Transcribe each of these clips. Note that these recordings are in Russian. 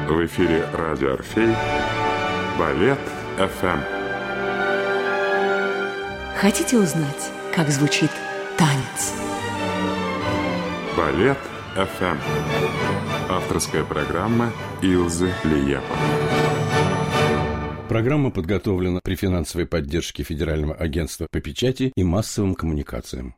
В эфире радио «Орфей», Балет ФМ. Хотите узнать, как звучит танец? Балет ФМ. Авторская программа Илзы Лиепа. Программа подготовлена при финансовой поддержке Федерального агентства по печати и массовым коммуникациям.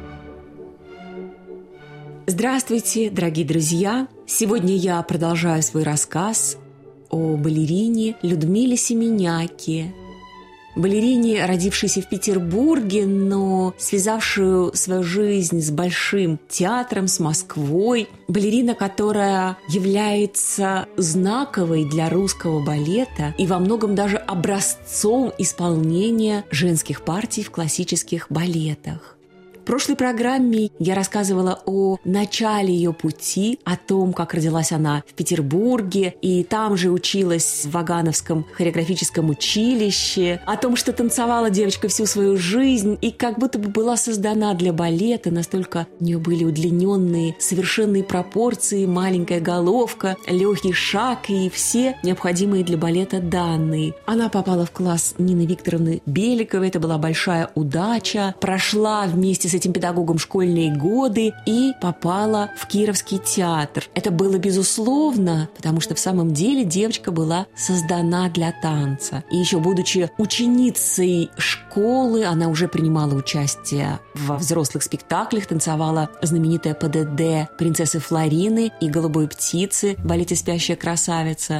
Здравствуйте, дорогие друзья! Сегодня я продолжаю свой рассказ о балерине Людмиле Семеняке. Балерине, родившейся в Петербурге, но связавшую свою жизнь с Большим театром, с Москвой. Балерина, которая является знаковой для русского балета и во многом даже образцом исполнения женских партий в классических балетах. В прошлой программе я рассказывала о начале ее пути, о том, как родилась она в Петербурге, и там же училась в Вагановском хореографическом училище, о том, что танцевала девочка всю свою жизнь и как будто бы была создана для балета, настолько у нее были удлиненные, совершенные пропорции, маленькая головка, легкий шаг и все необходимые для балета данные. Она попала в класс Нины Викторовны Беликовой, это была большая удача, прошла вместе с этим педагогом школьные годы и попала в Кировский театр. Это было безусловно, потому что в самом деле девочка была создана для танца. И еще будучи ученицей школы, она уже принимала участие во взрослых спектаклях, танцевала знаменитая ПДД «Принцессы Флорины» и «Голубой птицы» в балете «Спящая красавица».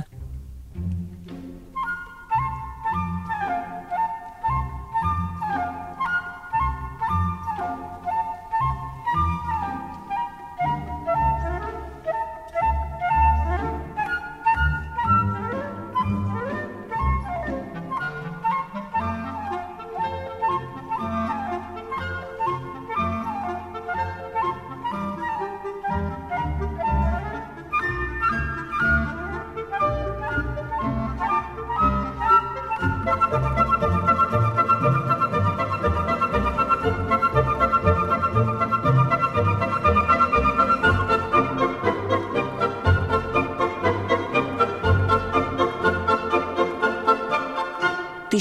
–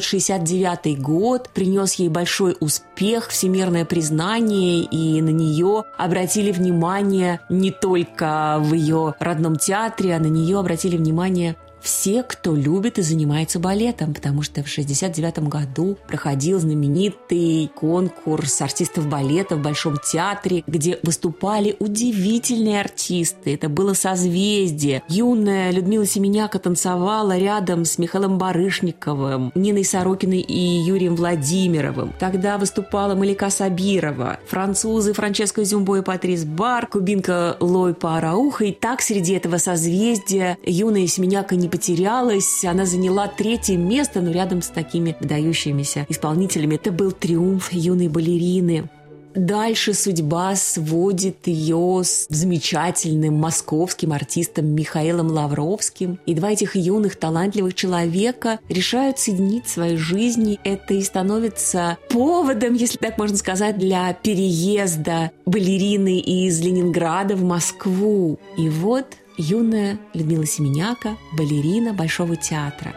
1969 год принес ей большой успех, всемирное признание, и на нее обратили внимание не только в ее родном театре, а на нее обратили внимание все, кто любит и занимается балетом, потому что в 1969 году проходил знаменитый конкурс артистов балета в Большом театре, где выступали удивительные артисты. Это было созвездие. Юная Людмила Семеняка танцевала рядом с Михаилом Барышниковым, Ниной Сорокиной и Юрием Владимировым. Тогда выступала Малика Сабирова, французы Франческо Зюмбо и Патрис Бар, кубинка Лойпа Арауха. И так среди этого созвездия юная Семеняка не потерялась, она заняла 3-е место, но рядом с такими выдающимися исполнителями. Это был триумф юной балерины. Дальше судьба сводит ее с замечательным московским артистом Михаилом Лавровским. И два этих юных, талантливых человека решают соединить свои жизни. Это и становится поводом, если так можно сказать, для переезда балерины из Ленинграда в Москву. И вот юная Людмила Семеняка, балерина Большого театра.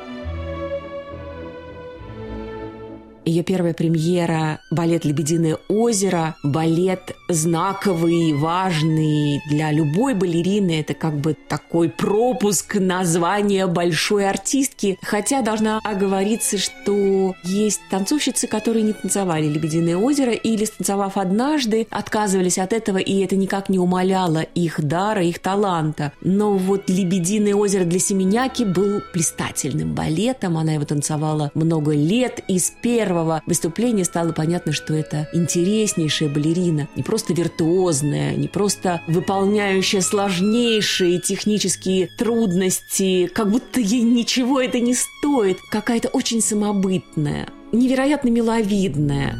Ее первая премьера – балет «Лебединое озеро». Балет знаковый, важный для любой балерины. Это как бы такой пропуск на звание большой артистки. Хотя должна оговориться, что есть танцовщицы, которые не танцевали «Лебединое озеро» или, станцевав однажды, отказывались от этого, и это никак не умаляло их дара, их таланта. Но вот «Лебединое озеро» для Семеняки был блистательным балетом. Она его танцевала много лет, и с первого выступления стало понятно, что это интереснейшая балерина, не просто виртуозная, не просто выполняющая сложнейшие технические трудности, как будто ей ничего это не стоит, какая-то очень самобытная, невероятно миловидная.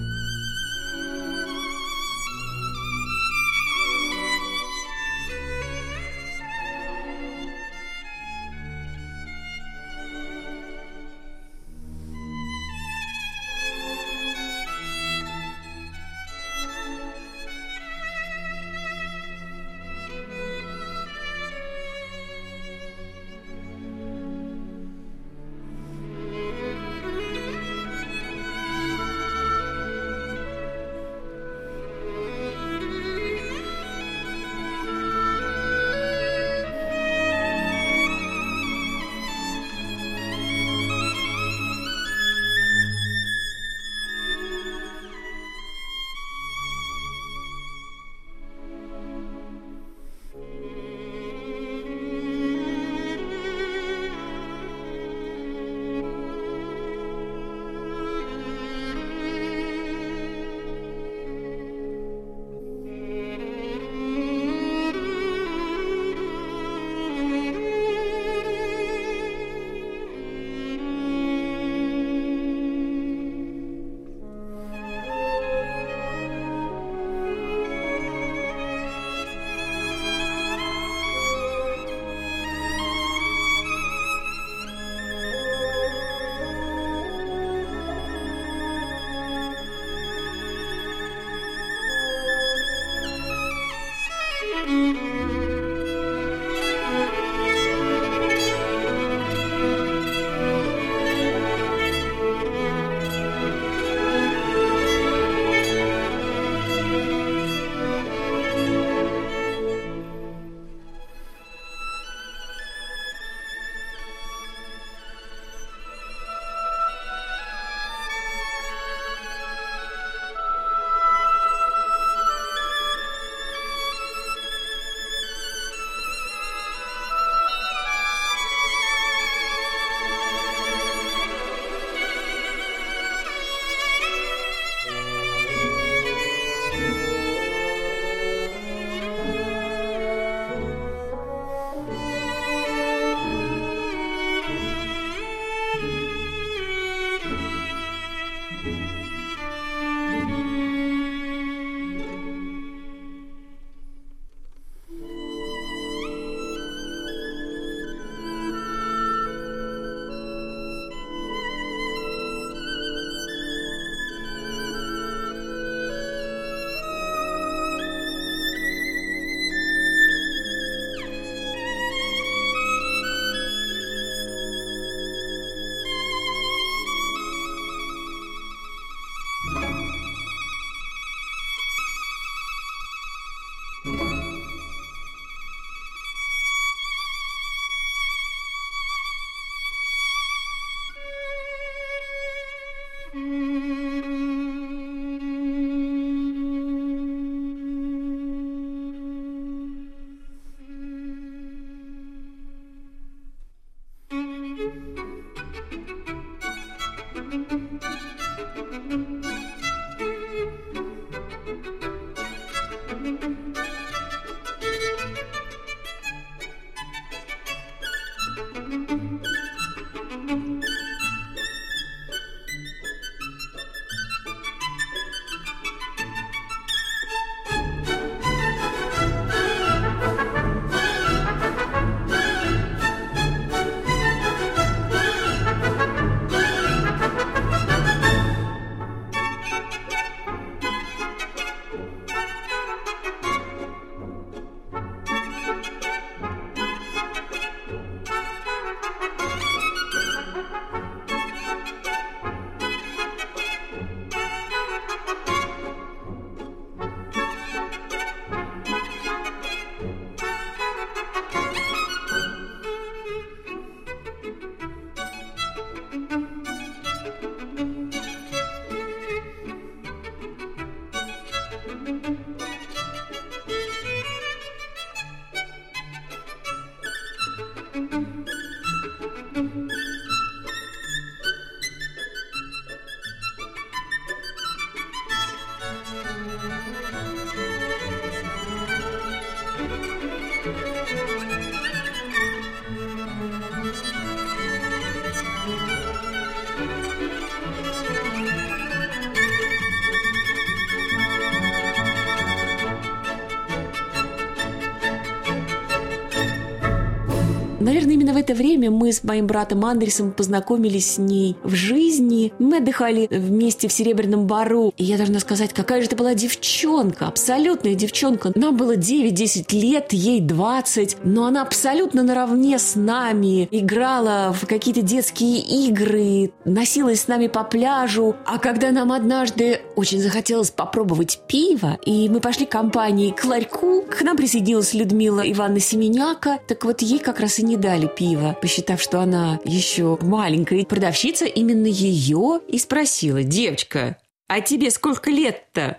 Наверное, именно в это время мы с моим братом Андресом познакомились с ней в жизни. Мы отдыхали вместе в Серебряном Бару. И я должна сказать, какая же это была девчонка, абсолютная девчонка. Нам было 9-10 лет, ей 20. Но она абсолютно наравне с нами играла в какие-то детские игры, носилась с нами по пляжу. А когда нам однажды очень захотелось попробовать пиво, и мы пошли компанией к ларьку, к нам присоединилась Людмила Ивановна Семеняка. Так вот, ей как раз и не дали пива, посчитав, что она еще маленькая. Продавщица именно ее и спросила: «Девочка, а тебе сколько лет-то?»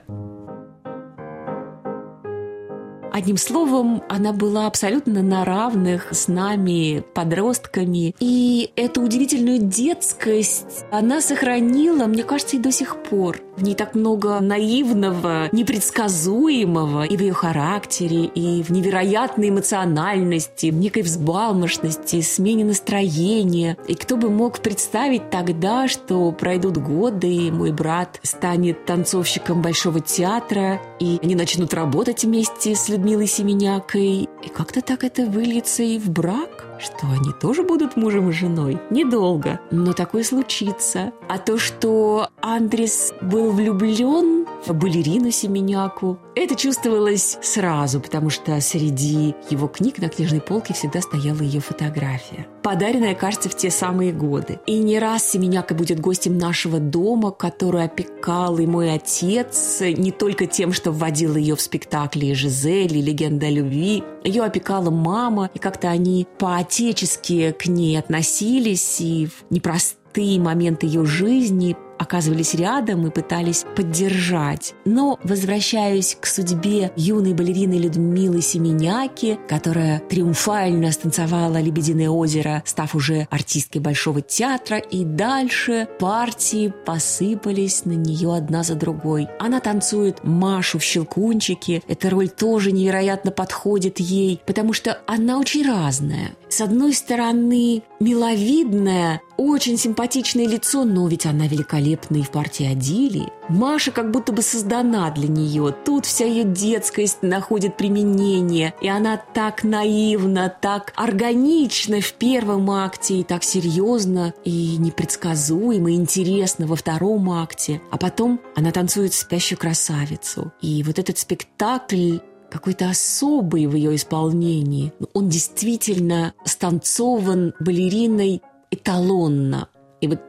Одним словом, она была абсолютно на равных с нами, подростками. И эту удивительную детскость она сохранила, мне кажется, и до сих пор. В ней так много наивного, непредсказуемого и в ее характере, и в невероятной эмоциональности, в некой взбалмошности, смене настроения. И кто бы мог представить тогда, что пройдут годы, и мой брат станет танцовщиком Большого театра, и они начнут работать вместе с Людмилой Семенякой. И как-то так это выльется и в брак, что они тоже будут мужем и женой. Недолго, но такое случится. А то, что Андрес был влюблен в балерину Семеняку, это чувствовалось сразу, потому что среди его книг на книжной полке всегда стояла ее фотография, подаренная, кажется, в те самые годы. И не раз Семеняка будет гостем нашего дома, который опекал и мой отец, не только тем, что вводил ее в спектакли «Жизель» и «Легенда о любви». Ее опекала мама, и как-то они по-отечески к ней относились, и в непростые моменты ее жизни оказывались рядом и пытались поддержать. Но возвращаюсь к судьбе юной балерины Людмилы Семеняки, которая триумфально станцевала «Лебединое озеро», став уже артисткой Большого театра, и дальше партии посыпались на нее одна за другой. Она танцует Машу в «Щелкунчике». Эта роль тоже невероятно подходит ей, потому что она очень разная. С одной стороны, миловидная, очень симпатичное лицо, но ведь она великолепна и в партии Адилии. Маша как будто бы создана для нее. Тут вся ее детскость находит применение. И она так наивна, так органична в первом акте, и так серьезно, и непредсказуемо, и интересно во втором акте. А потом она танцует «Спящую красавицу». И вот этот спектакль какой-то особый в ее исполнении. Он действительно станцован балериной эталонно. И вот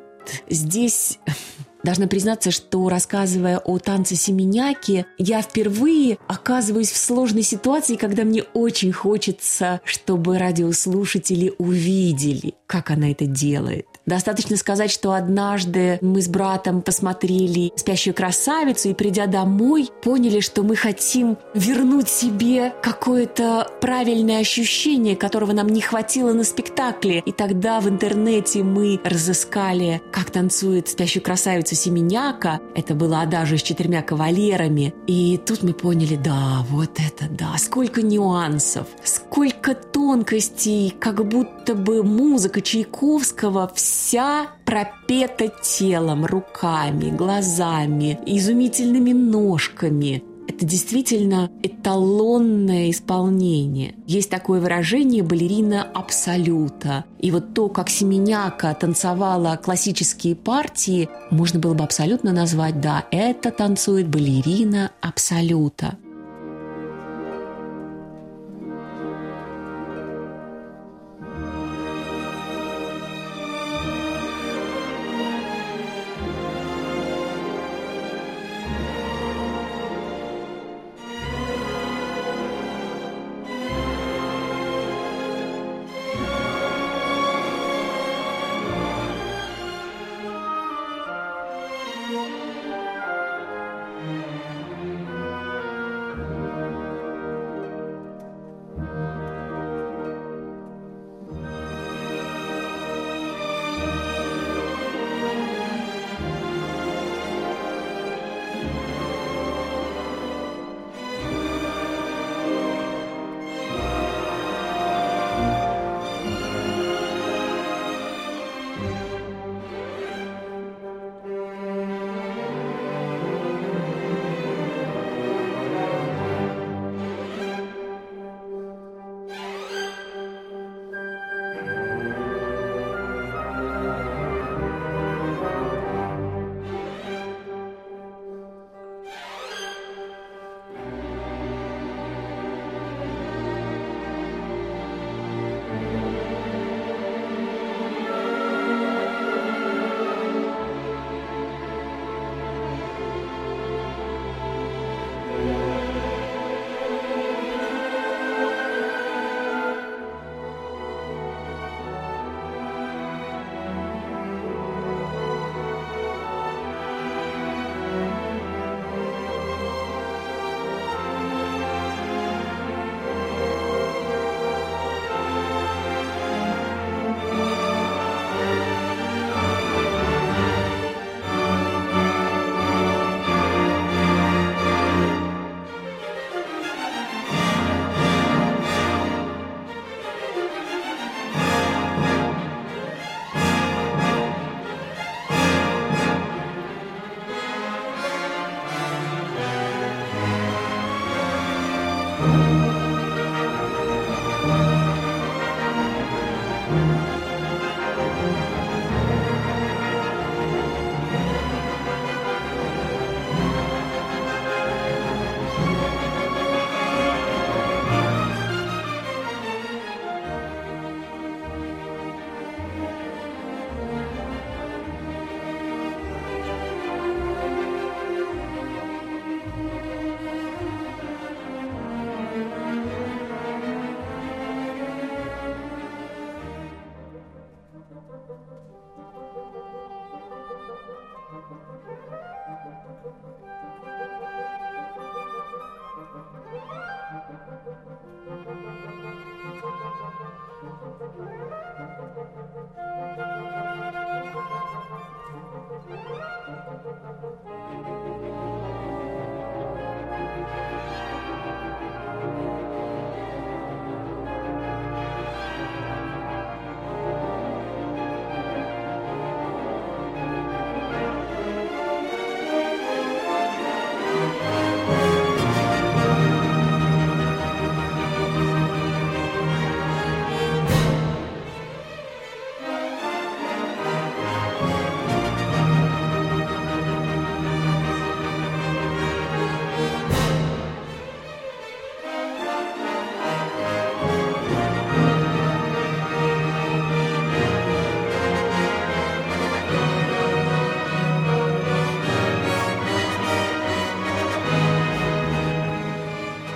здесь должна признаться, что, рассказывая о танце Семеняки, я впервые оказываюсь в сложной ситуации, когда мне очень хочется, чтобы радиослушатели увидели, как она это делает. Достаточно сказать, что однажды мы с братом посмотрели «Спящую красавицу» и, придя домой, поняли, что мы хотим вернуть себе какое-то правильное ощущение, которого нам не хватило на спектакле. И тогда в интернете мы разыскали, как танцует «Спящую красавицу» Семеняка. Это было адажио с 4 кавалерами. И тут мы поняли, да, вот это да, сколько нюансов, сколько тонкостей, как будто бы музыка Чайковского вся пропета телом, руками, глазами, изумительными ножками. Это действительно эталонное исполнение. Есть такое выражение «балерина абсолюта». И вот то, как Семеняка танцевала классические партии, можно было бы абсолютно назвать, да, это танцует балерина абсолюта.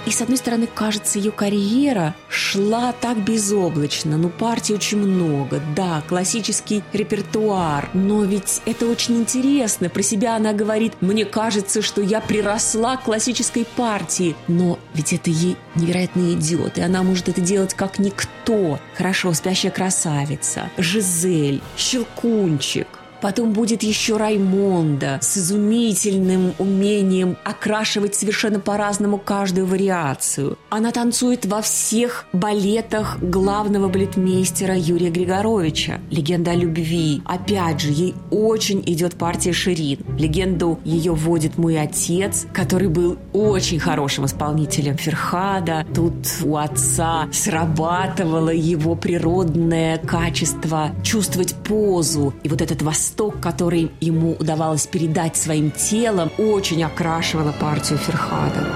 И, с одной стороны, кажется, ее карьера шла так безоблачно. Партий очень много. Да, классический репертуар. Но ведь это очень интересно. Про себя она говорит: «Мне кажется, что я приросла к классической партии». Но ведь это ей невероятно идет. И она может это делать как никто. Хорошо, «Спящая красавица», «Жизель», «Щелкунчик». Потом будет еще Раймонда с изумительным умением окрашивать совершенно по-разному каждую вариацию. Она танцует во всех балетах главного балетмейстера Юрия Григоровича. «Легенда о любви». Опять же, ей очень идет партия Ширин. Легенду ее вводит мой отец, который был очень хорошим исполнителем Ферхада. Тут у отца срабатывало его природное качество чувствовать позу. И вот этот восток, который ему удавалось передать своим телом, очень окрашивала партию Ферхада.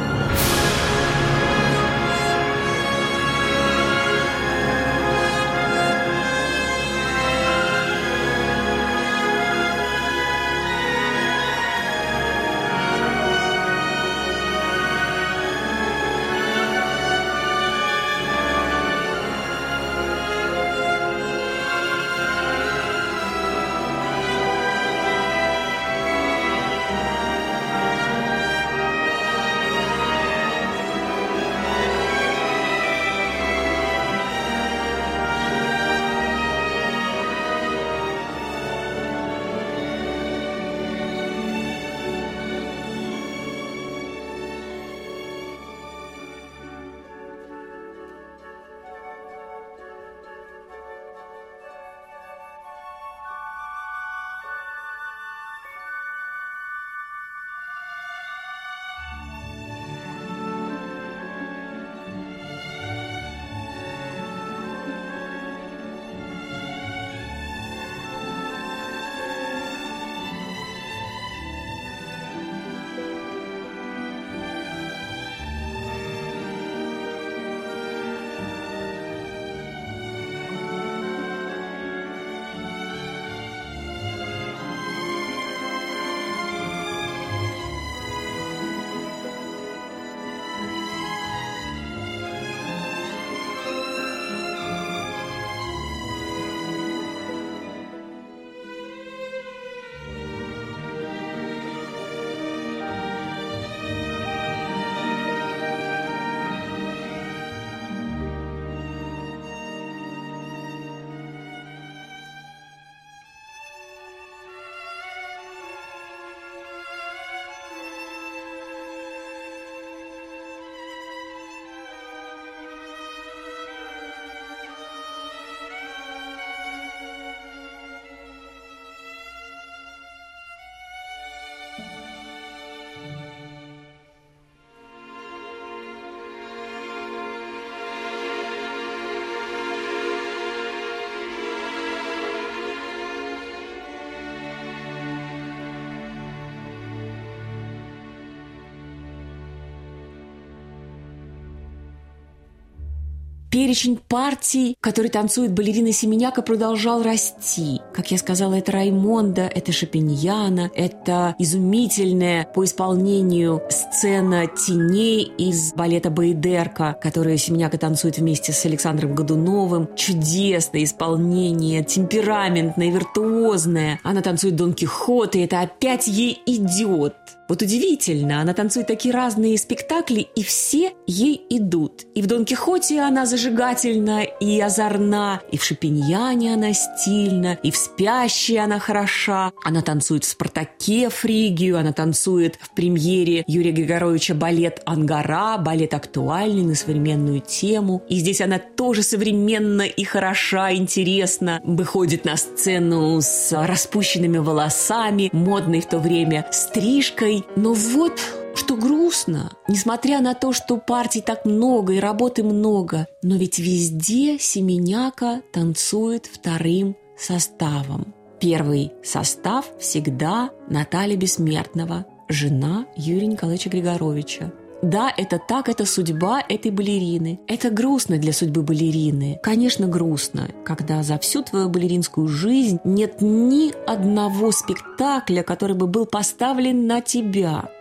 Перечень партий, которые танцует балерина Семеняка, продолжал расти. Как я сказала, это Раймонда, это Шопеньяна, это изумительная по исполнению сцена теней из балета «Баядерка», которую Семеняка танцует вместе с Александром Годуновым. Чудесное исполнение, темпераментное, виртуозное. Она танцует Дон Кихот, и это опять ей идет. Вот удивительно, она танцует такие разные спектакли, и все ей идут. И в Дон Кихоте она зажигательна и озорна, и в Шопеньяне она стильна, и в «Спящей» она хороша. Она танцует в «Спартаке» Фригию, она танцует в премьере Юрия Григоровича балет «Ангара», балет актуальный на современную тему. И здесь она тоже современна и хороша, интересна. Выходит на сцену с распущенными волосами, модной в то время стрижкой. Но вот что грустно, несмотря на то, что партий так много и работы много, но ведь везде Семеняка танцует вторым составом. Первый состав всегда Наталья Бессмертного, жена Юрия Николаевича Григоровича. Да, это так, это судьба этой балерины. Это грустно для судьбы балерины. Конечно, грустно, когда за всю твою балеринскую жизнь нет ни одного спектакля, который бы был поставлен на тебя.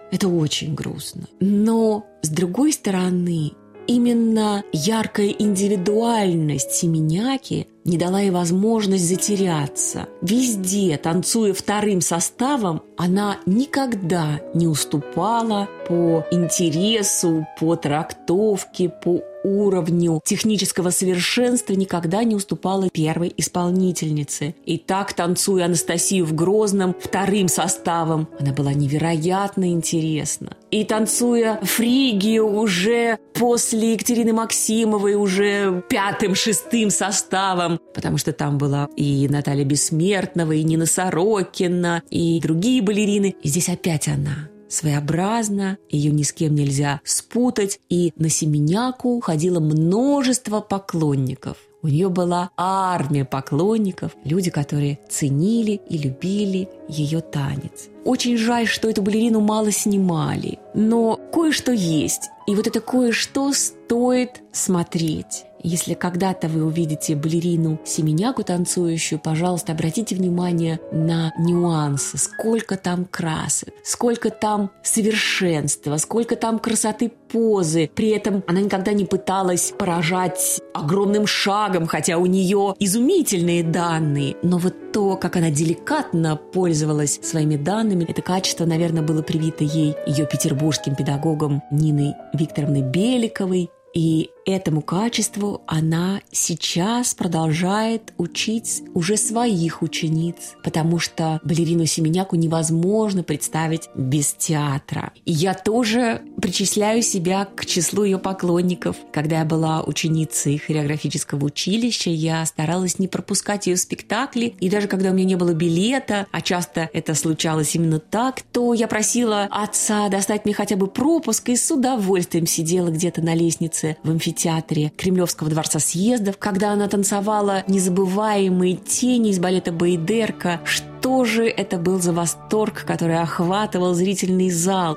Это очень грустно. Но, с другой стороны, именно яркая индивидуальность Семеняки не дала ей возможность затеряться. Везде, танцуя вторым составом, она никогда не уступала по интересу, по трактовке, по уровню технического совершенства, никогда не уступала первой исполнительнице. И так, танцуя Анастасию в Грозном вторым составом, она была невероятно интересна. И танцуя Фригию уже после Екатерины Максимовой, уже пятым-шестым составом, потому что там была и Наталья Бессмертнова, и Нина Сорокина, и другие балерины. И здесь опять она своеобразна, ее ни с кем нельзя спутать, и на Семеняку ходило множество поклонников. У нее была армия поклонников, люди, которые ценили и любили ее танец. Очень жаль, что эту балерину мало снимали, но кое-что есть, и вот это кое-что стоит смотреть. Если когда-то вы увидите балерину Семеняку танцующую, пожалуйста, обратите внимание на нюансы. Сколько там красок, сколько там совершенства, сколько там красоты позы. При этом она никогда не пыталась поражать огромным шагом, хотя у нее изумительные данные. Но вот то, как она деликатно пользовалась своими данными, это качество, наверное, было привито ей ее петербургским педагогом Ниной Викторовной Беликовой. И этому качеству она сейчас продолжает учить уже своих учениц, потому что балерину Семеняку невозможно представить без театра. И я тоже причисляю себя к числу ее поклонников. Когда я была ученицей хореографического училища, я старалась не пропускать ее спектакли. И даже когда у меня не было билета, а часто это случалось именно так, то я просила отца достать мне хотя бы пропуск и с удовольствием сидела где-то на лестнице в амфитеатре Кремлевского дворца съездов, когда она танцевала незабываемые тени из балета Бейдерка. Что же это был за восторг, который охватывал зрительный зал?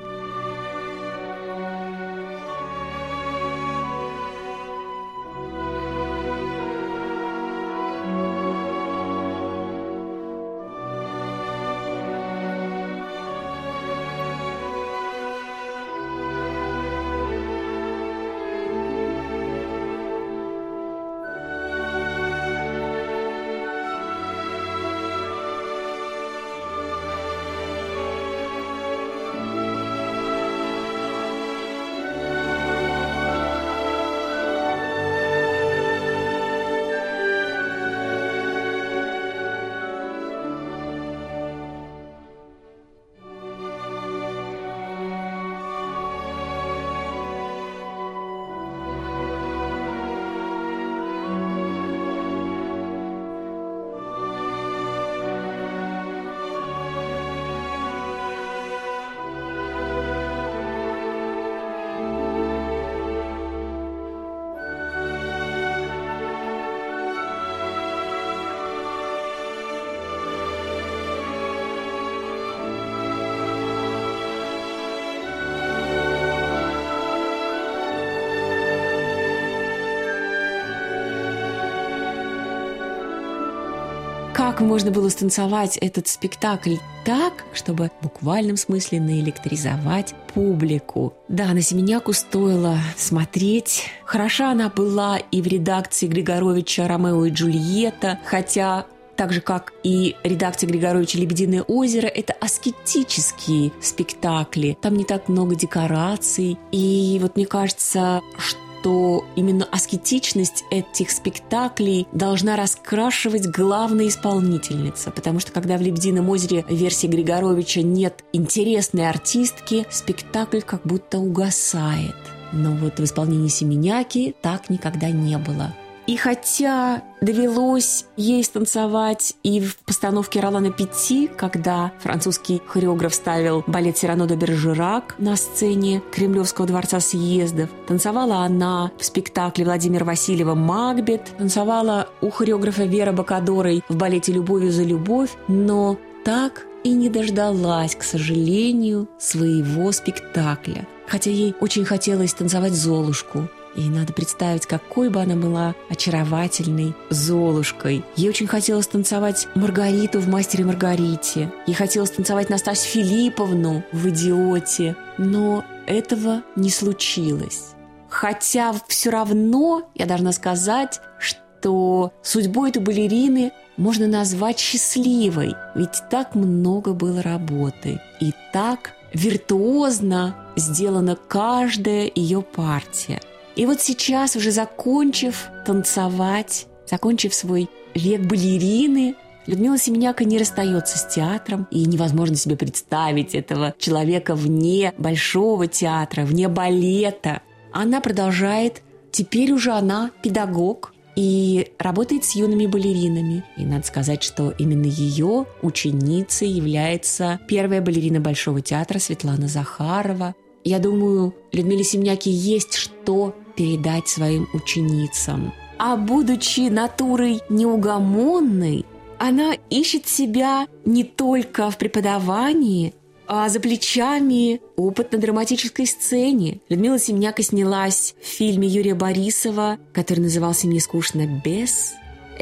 Как можно было станцевать этот спектакль так, чтобы в буквальном смысле наэлектризовать публику? Да, на Семеняку стоило смотреть. Хороша она была и в редакции Григоровича «Ромео и Джульетта», хотя так же, как и редакция Григоровича «Лебединое озеро», это аскетические спектакли. Там не так много декораций. И вот мне кажется, что именно аскетичность этих спектаклей должна раскрашивать главная исполнительница, потому что когда в «Лебедином озере» в версии Григоровича нет интересной артистки, спектакль как будто угасает. Но вот в исполнении Семеняки так никогда не было. И хотя довелось ей станцевать и в постановке Ролана Петти, когда французский хореограф ставил балет «Сирано де Бержерак» на сцене Кремлевского дворца съездов, танцевала она в спектакле Владимира Васильева «Макбет», танцевала у хореографа Веры Бакадорой в балете «Любовью за любовь», но так и не дождалась, к сожалению, своего спектакля. Хотя ей очень хотелось танцевать «Золушку». И надо представить, какой бы она была очаровательной Золушкой. Ей очень хотелось танцевать Маргариту в «Мастере и Маргарите». Ей хотелось танцевать Настасью Филипповну в «Идиоте». Но этого не случилось. Хотя все равно я должна сказать, что судьбу этой балерины можно назвать счастливой. Ведь так много было работы. И так виртуозно сделана каждая ее партия. И вот сейчас, уже закончив танцевать, закончив свой век балерины, Людмила Семеняка не расстается с театром, и невозможно себе представить этого человека вне большого театра, вне балета. Она продолжает, теперь уже она педагог и работает с юными балеринами. И надо сказать, что именно ее ученицей является первая балерина Большого театра Светлана Захарова. Я думаю, Людмиле Семеняке есть что передать своим ученицам. А будучи натурой неугомонной, она ищет себя не только в преподавании, а за плечами опыт на драматической сцене. Людмила Семеняка снялась в фильме Юрия Борисова, который назывался «Мне скучно без».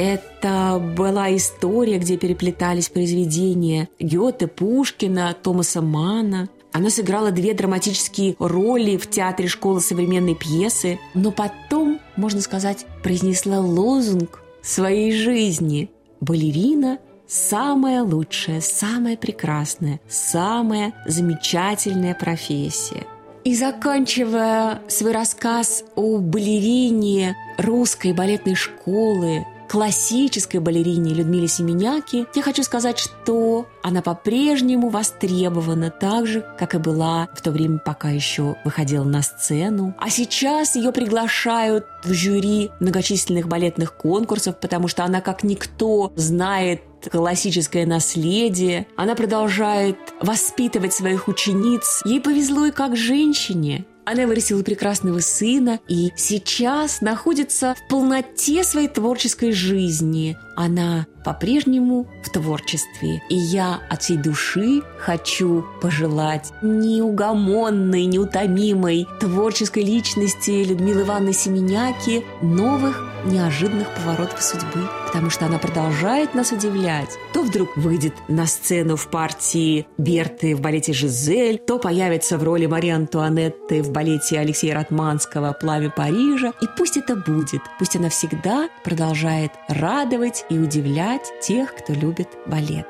Это была история, где переплетались произведения Гёте, Пушкина, Томаса Манна. Она сыграла 2 драматические роли в театре школы современной пьесы, но потом, можно сказать, произнесла лозунг своей жизни: балерина – самая лучшая, самая прекрасная, самая замечательная профессия. И заканчивая свой рассказ о балерине русской балетной школы, классической балерине Людмиле Семеняке, я хочу сказать, что она по-прежнему востребована так же, как и была в то время, пока еще выходила на сцену. А сейчас ее приглашают в жюри многочисленных балетных конкурсов, потому что она как никто знает классическое наследие. Она продолжает воспитывать своих учениц. Ей повезло и как женщине. Она вырастила прекрасного сына и сейчас находится в полноте своей творческой жизни. Она по-прежнему в творчестве. И я от всей души хочу пожелать неугомонной, неутомимой творческой личности Людмилы Ивановны Семеняки новых неожиданных поворотов судьбы, потому что она продолжает нас удивлять. То вдруг выйдет на сцену в партии Берты в балете «Жизель», то появится в роли Марии Антуанетты в балете Алексея Ратманского «Пламя Парижа». И пусть это будет, пусть она всегда продолжает радовать и удивлять тех, кто любит балет.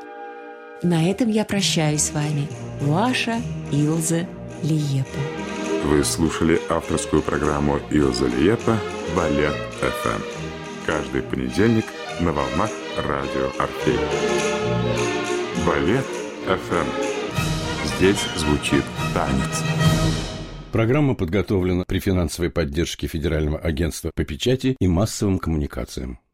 На этом я прощаюсь с вами. Ваша Илза Лиепа. Вы слушали авторскую программу Илза Лиепа «Балет ФМ». Каждый понедельник на волнах радио Орфей. Балет ФМ. Здесь звучит танец. Программа подготовлена при финансовой поддержке Федерального агентства по печати и массовым коммуникациям.